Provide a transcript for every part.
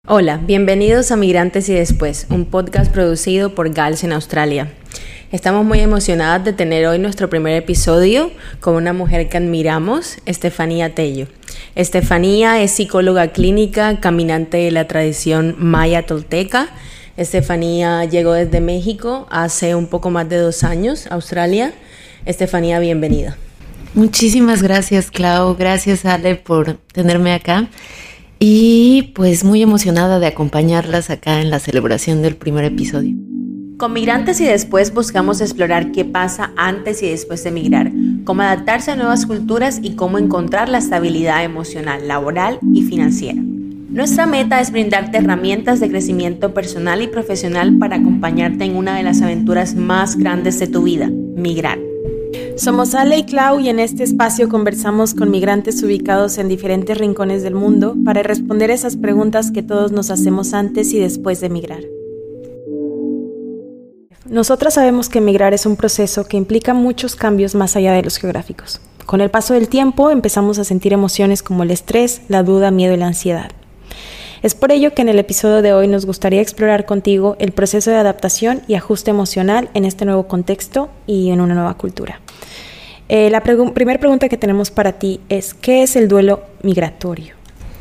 Hola, bienvenidos a Migrantes y Después, un podcast producido por GALS en Australia. Estamos muy emocionadas de tener hoy nuestro primer episodio con una mujer que admiramos, Estefanía Tello. Estefanía es psicóloga clínica, caminante de la tradición maya tolteca. Estefanía llegó desde México hace un poco más de 2 años a Australia. Estefanía, bienvenida. Muchísimas gracias, Clau. Gracias, Ale, por tenerme acá. Y pues muy emocionada de acompañarlas acá en la celebración del primer episodio. Con Migrantes y Después buscamos explorar qué pasa antes y después de migrar, cómo adaptarse a nuevas culturas y cómo encontrar la estabilidad emocional, laboral y financiera. Nuestra meta es brindarte herramientas de crecimiento personal y profesional para acompañarte en una de las aventuras más grandes de tu vida, migrar. Somos Ale y Clau y en este espacio conversamos con migrantes ubicados en diferentes rincones del mundo para responder esas preguntas que todos nos hacemos antes y después de migrar. Nosotras sabemos que migrar es un proceso que implica muchos cambios más allá de los geográficos. Con el paso del tiempo empezamos a sentir emociones como el estrés, la duda, miedo y la ansiedad. Es por ello que en el episodio de hoy nos gustaría explorar contigo el proceso de adaptación y ajuste emocional en este nuevo contexto y en una nueva cultura. La primera pregunta que tenemos para ti es, ¿qué es el duelo migratorio?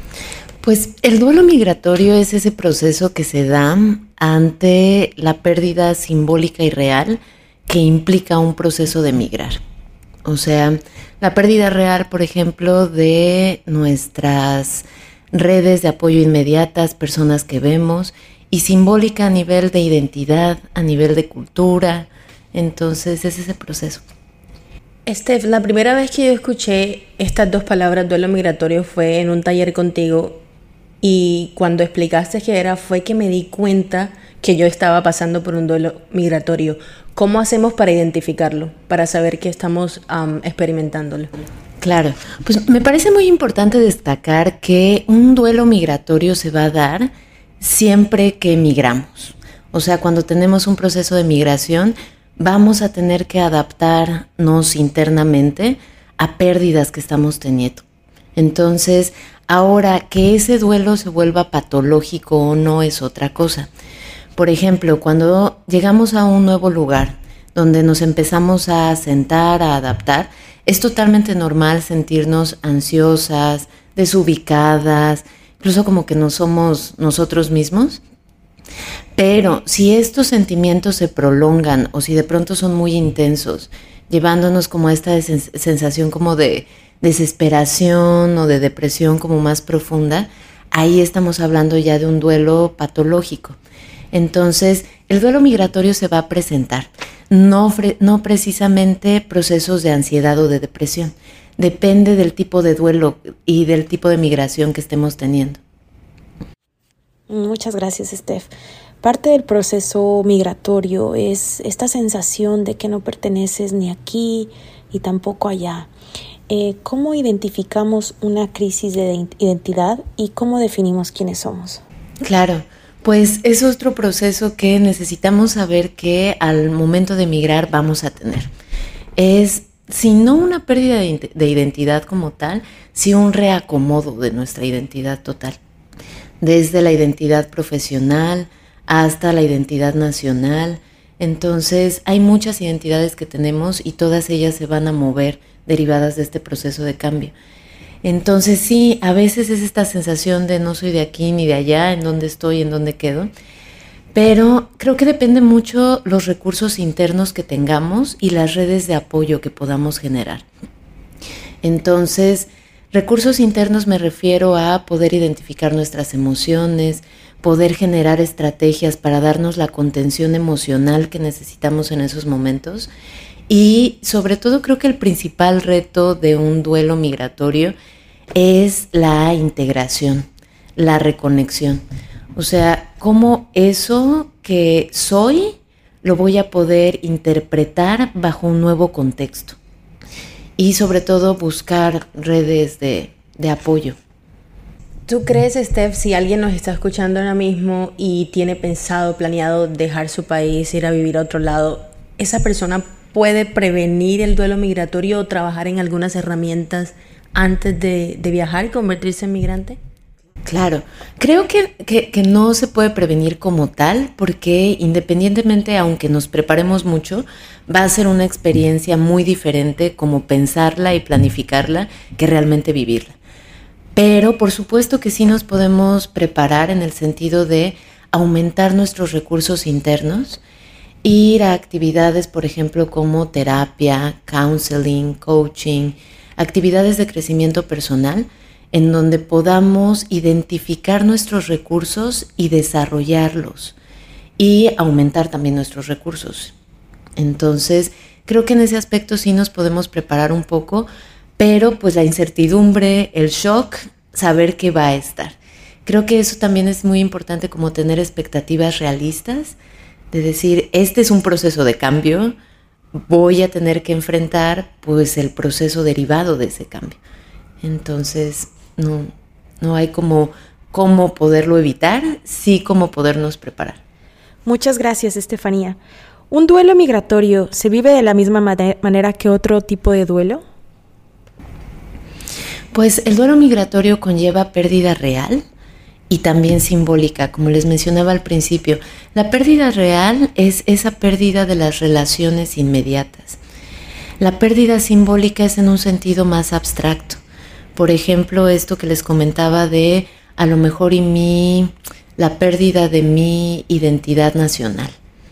Pues el duelo migratorio es ese proceso que se da ante la pérdida simbólica y real que implica un proceso de migrar. O sea, la pérdida real, por ejemplo, de nuestras redes de apoyo inmediatas, personas que vemos, y simbólica a nivel de identidad, a nivel de cultura. Entonces es ese proceso. Steph, la primera vez que yo escuché estas dos palabras, duelo migratorio, fue en un taller contigo, y cuando explicaste qué era, fue que me di cuenta que yo estaba pasando por un duelo migratorio. ¿Cómo hacemos para identificarlo, para saber que estamos experimentándolo? Claro, pues me parece muy importante destacar que un duelo migratorio se va a dar siempre que migramos. O sea, cuando tenemos un proceso de migración, vamos a tener que adaptarnos internamente a pérdidas que estamos teniendo. Entonces, ahora que ese duelo se vuelva patológico o no es otra cosa. Por ejemplo, cuando llegamos a un nuevo lugar donde nos empezamos a sentar, a adaptar, es totalmente normal sentirnos ansiosas, desubicadas, incluso como que no somos nosotros mismos. Pero si estos sentimientos se prolongan o si de pronto son muy intensos, llevándonos como a esta sensación como de desesperación o de depresión como más profunda, ahí estamos hablando ya de un duelo patológico. Entonces, el duelo migratorio se va a presentar, no precisamente procesos de ansiedad o de depresión. Depende del tipo de duelo y del tipo de migración que estemos teniendo. Muchas gracias, Steph. Parte del proceso migratorio es esta sensación de que no perteneces ni aquí y tampoco allá. ¿Cómo identificamos una crisis de identidad y cómo definimos quiénes somos? Claro, pues es otro proceso que necesitamos saber que al momento de migrar vamos a tener. Es, si no una pérdida de identidad como tal, sí un reacomodo de nuestra identidad total. Desde la identidad profesional hasta la identidad nacional. Entonces hay muchas identidades que tenemos y todas ellas se van a mover derivadas de este proceso de cambio. Entonces sí, a veces es esta sensación de no soy de aquí ni de allá, en dónde estoy, en dónde quedo, pero creo que depende mucho los recursos internos que tengamos y las redes de apoyo que podamos generar. Entonces, recursos internos me refiero a poder identificar nuestras emociones, poder generar estrategias para darnos la contención emocional que necesitamos en esos momentos. Y sobre todo creo que el principal reto de un duelo migratorio es la integración, la reconexión. O sea, cómo eso que soy lo voy a poder interpretar bajo un nuevo contexto. Y sobre todo buscar redes de apoyo. ¿Tú crees, Steph, si alguien nos está escuchando ahora mismo y tiene pensado, planeado dejar su país, ir a vivir a otro lado, esa persona puede prevenir el duelo migratorio o trabajar en algunas herramientas antes de viajar y convertirse en migrante? Claro, creo que no se puede prevenir como tal, porque independientemente, aunque nos preparemos mucho, va a ser una experiencia muy diferente como pensarla y planificarla que realmente vivirla. Pero por supuesto que sí nos podemos preparar en el sentido de aumentar nuestros recursos internos, ir a actividades, por ejemplo, como terapia, counseling, coaching, actividades de crecimiento personal, en donde podamos identificar nuestros recursos y desarrollarlos y aumentar también nuestros recursos. Entonces, creo que en ese aspecto sí nos podemos preparar un poco, pero pues la incertidumbre, el shock, saber que va a estar. Creo que eso también es muy importante, como tener expectativas realistas, de decir, este es un proceso de cambio, voy a tener que enfrentar pues el proceso derivado de ese cambio. Entonces, no hay como cómo poderlo evitar, sí cómo podernos preparar. Muchas gracias, Estefanía. ¿Un duelo migratorio se vive de la misma manera que otro tipo de duelo? Pues el duelo migratorio conlleva pérdida real y también simbólica, como les mencionaba al principio. La pérdida real es esa pérdida de las relaciones inmediatas. La pérdida simbólica es en un sentido más abstracto. Por ejemplo, esto que les comentaba de a lo mejor la pérdida de mi identidad nacional.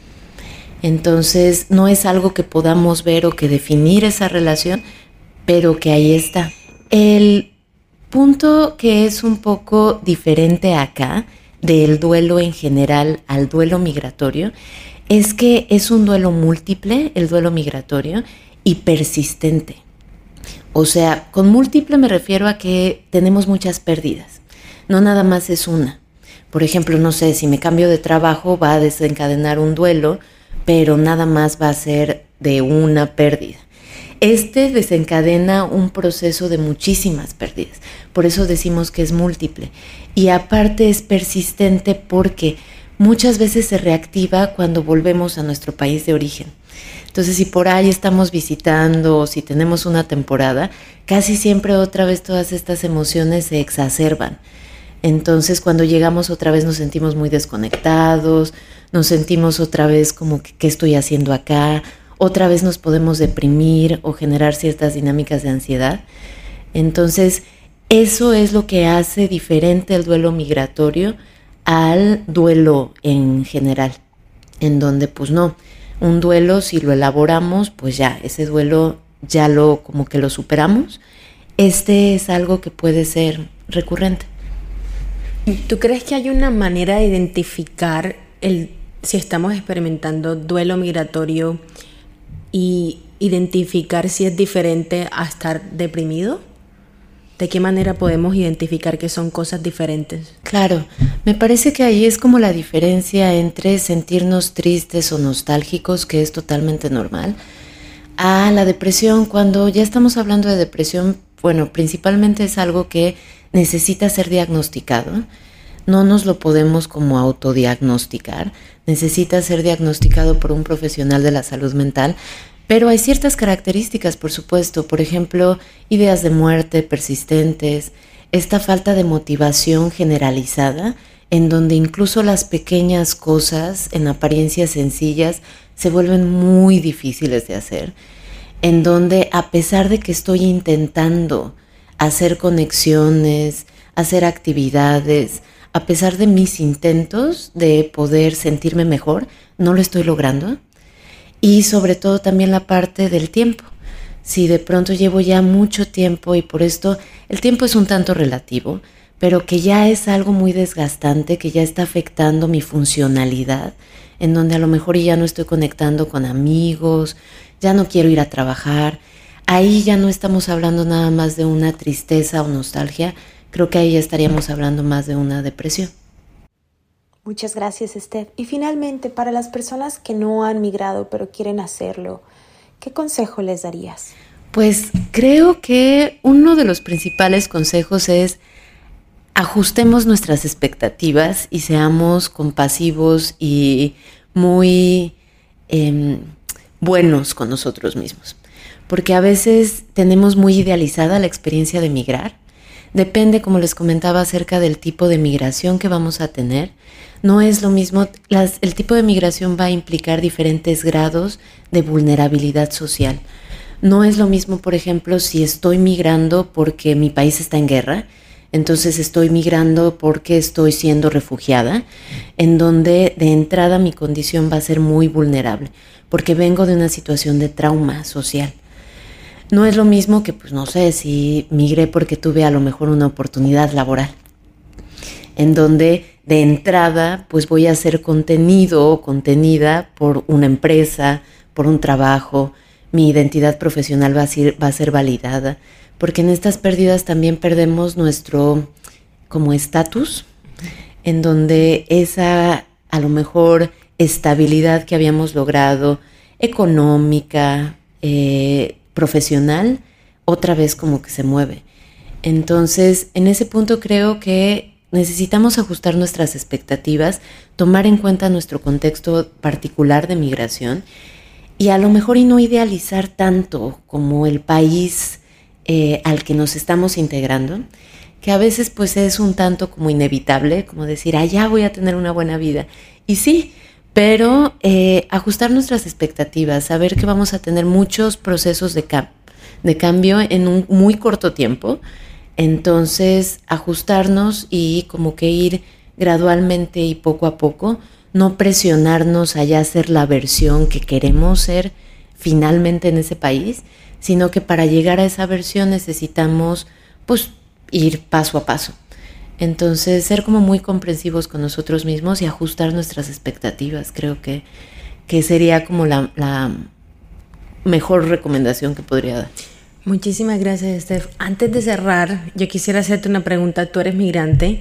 Entonces, no es algo que podamos ver o que definir esa relación, pero que ahí está. El punto que es un poco diferente acá del duelo en general al duelo migratorio es que es un duelo múltiple, el duelo migratorio, y persistente. O sea, con múltiple me refiero a que tenemos muchas pérdidas, no nada más es una. Por ejemplo, no sé, si me cambio de trabajo va a desencadenar un duelo, pero nada más va a ser de una pérdida. Este desencadena un proceso de muchísimas pérdidas, por eso decimos que es múltiple. Y aparte es persistente porque muchas veces se reactiva cuando volvemos a nuestro país de origen. Entonces, si por ahí estamos visitando o si tenemos una temporada, casi siempre otra vez todas estas emociones se exacerban. Entonces, cuando llegamos otra vez nos sentimos muy desconectados, nos sentimos otra vez como que ¿qué estoy haciendo acá? Otra vez nos podemos deprimir o generar ciertas dinámicas de ansiedad. Entonces, eso es lo que hace diferente el duelo migratorio al duelo en general, en donde pues no, un duelo si lo elaboramos, pues ya, ese duelo ya como que lo superamos. Este es algo que puede ser recurrente. ¿Tú crees que hay una manera de identificar si estamos experimentando duelo migratorio y identificar si es diferente a estar deprimido? ¿De qué manera podemos identificar que son cosas diferentes? Claro, me parece que ahí es como la diferencia entre sentirnos tristes o nostálgicos, que es totalmente normal, a la depresión. Cuando ya estamos hablando de depresión, bueno, principalmente es algo que necesita ser diagnosticado. No nos lo podemos como autodiagnosticar, necesita ser diagnosticado por un profesional de la salud mental. Pero hay ciertas características, por supuesto, por ejemplo, ideas de muerte persistentes, esta falta de motivación generalizada, en donde incluso las pequeñas cosas en apariencia sencillas se vuelven muy difíciles de hacer, en donde a pesar de que estoy intentando hacer conexiones, hacer actividades, a pesar de mis intentos de poder sentirme mejor, no lo estoy logrando. Y sobre todo también la parte del tiempo. Si de pronto llevo ya mucho tiempo y por esto el tiempo es un tanto relativo, pero que ya es algo muy desgastante, que ya está afectando mi funcionalidad, en donde a lo mejor ya no estoy conectando con amigos, ya no quiero ir a trabajar. Ahí ya no estamos hablando nada más de una tristeza o nostalgia, creo que ahí ya estaríamos hablando más de una depresión. Muchas gracias, Steph. Y finalmente, para las personas que no han migrado pero quieren hacerlo, ¿qué consejo les darías? Pues creo que uno de los principales consejos es ajustemos nuestras expectativas y seamos compasivos y muy buenos con nosotros mismos. Porque a veces tenemos muy idealizada la experiencia de migrar, Depende, como les comentaba, acerca del tipo de migración que vamos a tener. No es lo mismo, el tipo de migración va a implicar diferentes grados de vulnerabilidad social. No es lo mismo, por ejemplo, si estoy migrando porque mi país está en guerra, entonces estoy migrando porque estoy siendo refugiada, en donde de entrada mi condición va a ser muy vulnerable, porque vengo de una situación de trauma social. No es lo mismo que, pues no sé, si migré porque tuve a lo mejor una oportunidad laboral, en donde de entrada pues voy a ser contenido o contenida por una empresa, por un trabajo, mi identidad profesional va a ser validada, porque en estas pérdidas también perdemos nuestro como estatus, en donde esa a lo mejor estabilidad que habíamos logrado, económica, profesional, otra vez como que se mueve. Entonces, en ese punto creo que necesitamos ajustar nuestras expectativas, tomar en cuenta nuestro contexto particular de migración y a lo mejor y no idealizar tanto como el país al que nos estamos integrando, que a veces pues es un tanto como inevitable, como decir, allá voy a tener una buena vida. Y sí, pero ajustar nuestras expectativas, saber que vamos a tener muchos procesos de cambio en un muy corto tiempo, entonces ajustarnos y como que ir gradualmente y poco a poco, no presionarnos a ya ser la versión que queremos ser finalmente en ese país, sino que para llegar a esa versión necesitamos pues ir paso a paso. Entonces ser como muy comprensivos con nosotros mismos y ajustar nuestras expectativas, creo que sería como la mejor recomendación que podría dar. Muchísimas gracias, Steph. Antes de cerrar, yo quisiera hacerte una pregunta. Tú eres migrante.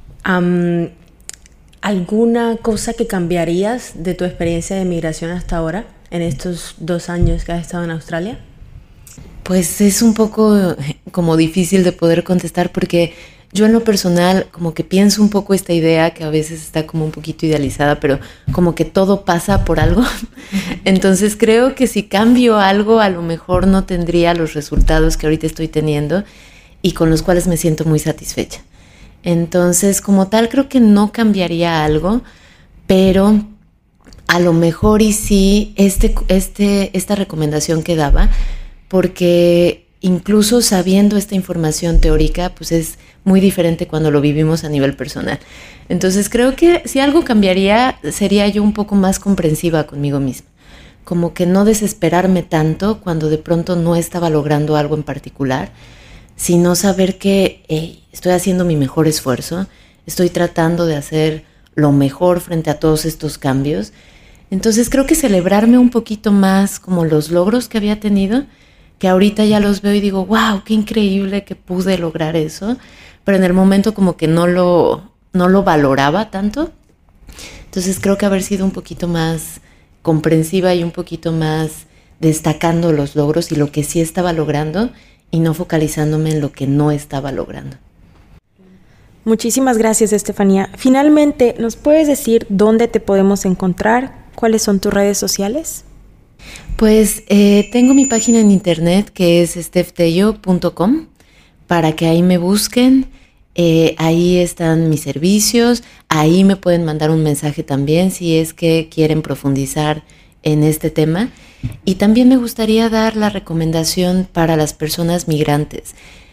¿Alguna cosa que cambiarías de tu experiencia de migración hasta ahora, en estos 2 años que has estado en Australia? Pues es un poco como difícil de poder contestar porque yo en lo personal como que pienso un poco esta idea que a veces está como un poquito idealizada, pero como que todo pasa por algo. Entonces creo que si cambio algo a lo mejor no tendría los resultados que ahorita estoy teniendo y con los cuales me siento muy satisfecha. Entonces como tal creo que no cambiaría algo, pero a lo mejor y sí esta recomendación que daba, porque incluso sabiendo esta información teórica, pues es muy diferente cuando lo vivimos a nivel personal. Entonces creo que si algo cambiaría, sería yo un poco más comprensiva conmigo misma. Como que no desesperarme tanto cuando de pronto no estaba logrando algo en particular, sino saber que estoy haciendo mi mejor esfuerzo, estoy tratando de hacer lo mejor frente a todos estos cambios. Entonces creo que celebrarme un poquito más como los logros que había tenido, que ahorita ya los veo y digo, wow, qué increíble que pude lograr eso, pero en el momento como que no lo valoraba tanto. Entonces creo que haber sido un poquito más comprensiva y un poquito más destacando los logros y lo que sí estaba logrando y no focalizándome en lo que no estaba logrando. Muchísimas gracias, Estefanía. Finalmente, ¿nos puedes decir dónde te podemos encontrar? ¿Cuáles son tus redes sociales? Pues tengo mi página en internet que es stephtello.com para que ahí me busquen. Ahí están mis servicios, ahí me pueden mandar un mensaje también si es que quieren profundizar en este tema. Y también me gustaría dar la recomendación para las personas migrantes.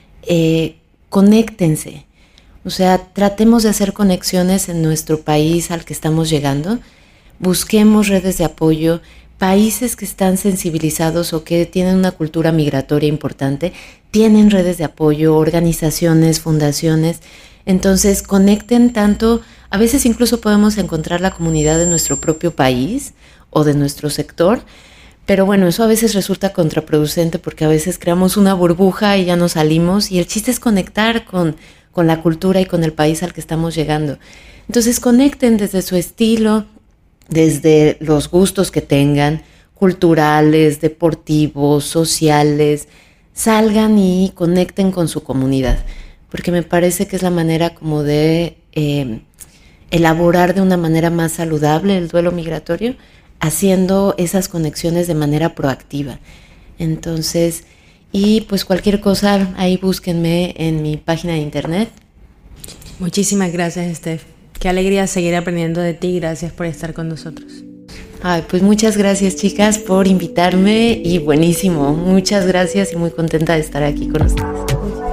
Conéctense, o sea, tratemos de hacer conexiones en nuestro país al que estamos llegando. Busquemos redes de apoyo. Países que están sensibilizados o que tienen una cultura migratoria importante, tienen redes de apoyo, organizaciones, fundaciones. Entonces conecten tanto, a veces incluso podemos encontrar la comunidad de nuestro propio país o de nuestro sector, pero bueno, eso a veces resulta contraproducente porque a veces creamos una burbuja y ya nos salimos y el chiste es conectar con la cultura y con el país al que estamos llegando. Entonces conecten desde su estilo, desde los gustos que tengan, culturales, deportivos, sociales, salgan y conecten con su comunidad, porque me parece que es la manera como de elaborar de una manera más saludable el duelo migratorio, haciendo esas conexiones de manera proactiva. Entonces, Y pues cualquier cosa, ahí búsquenme en mi página de internet. Muchísimas gracias, Steph. Qué alegría seguir aprendiendo de ti. Gracias por estar con nosotros. Ay, pues muchas gracias, chicas, por invitarme y buenísimo. Muchas gracias y muy contenta de estar aquí con ustedes.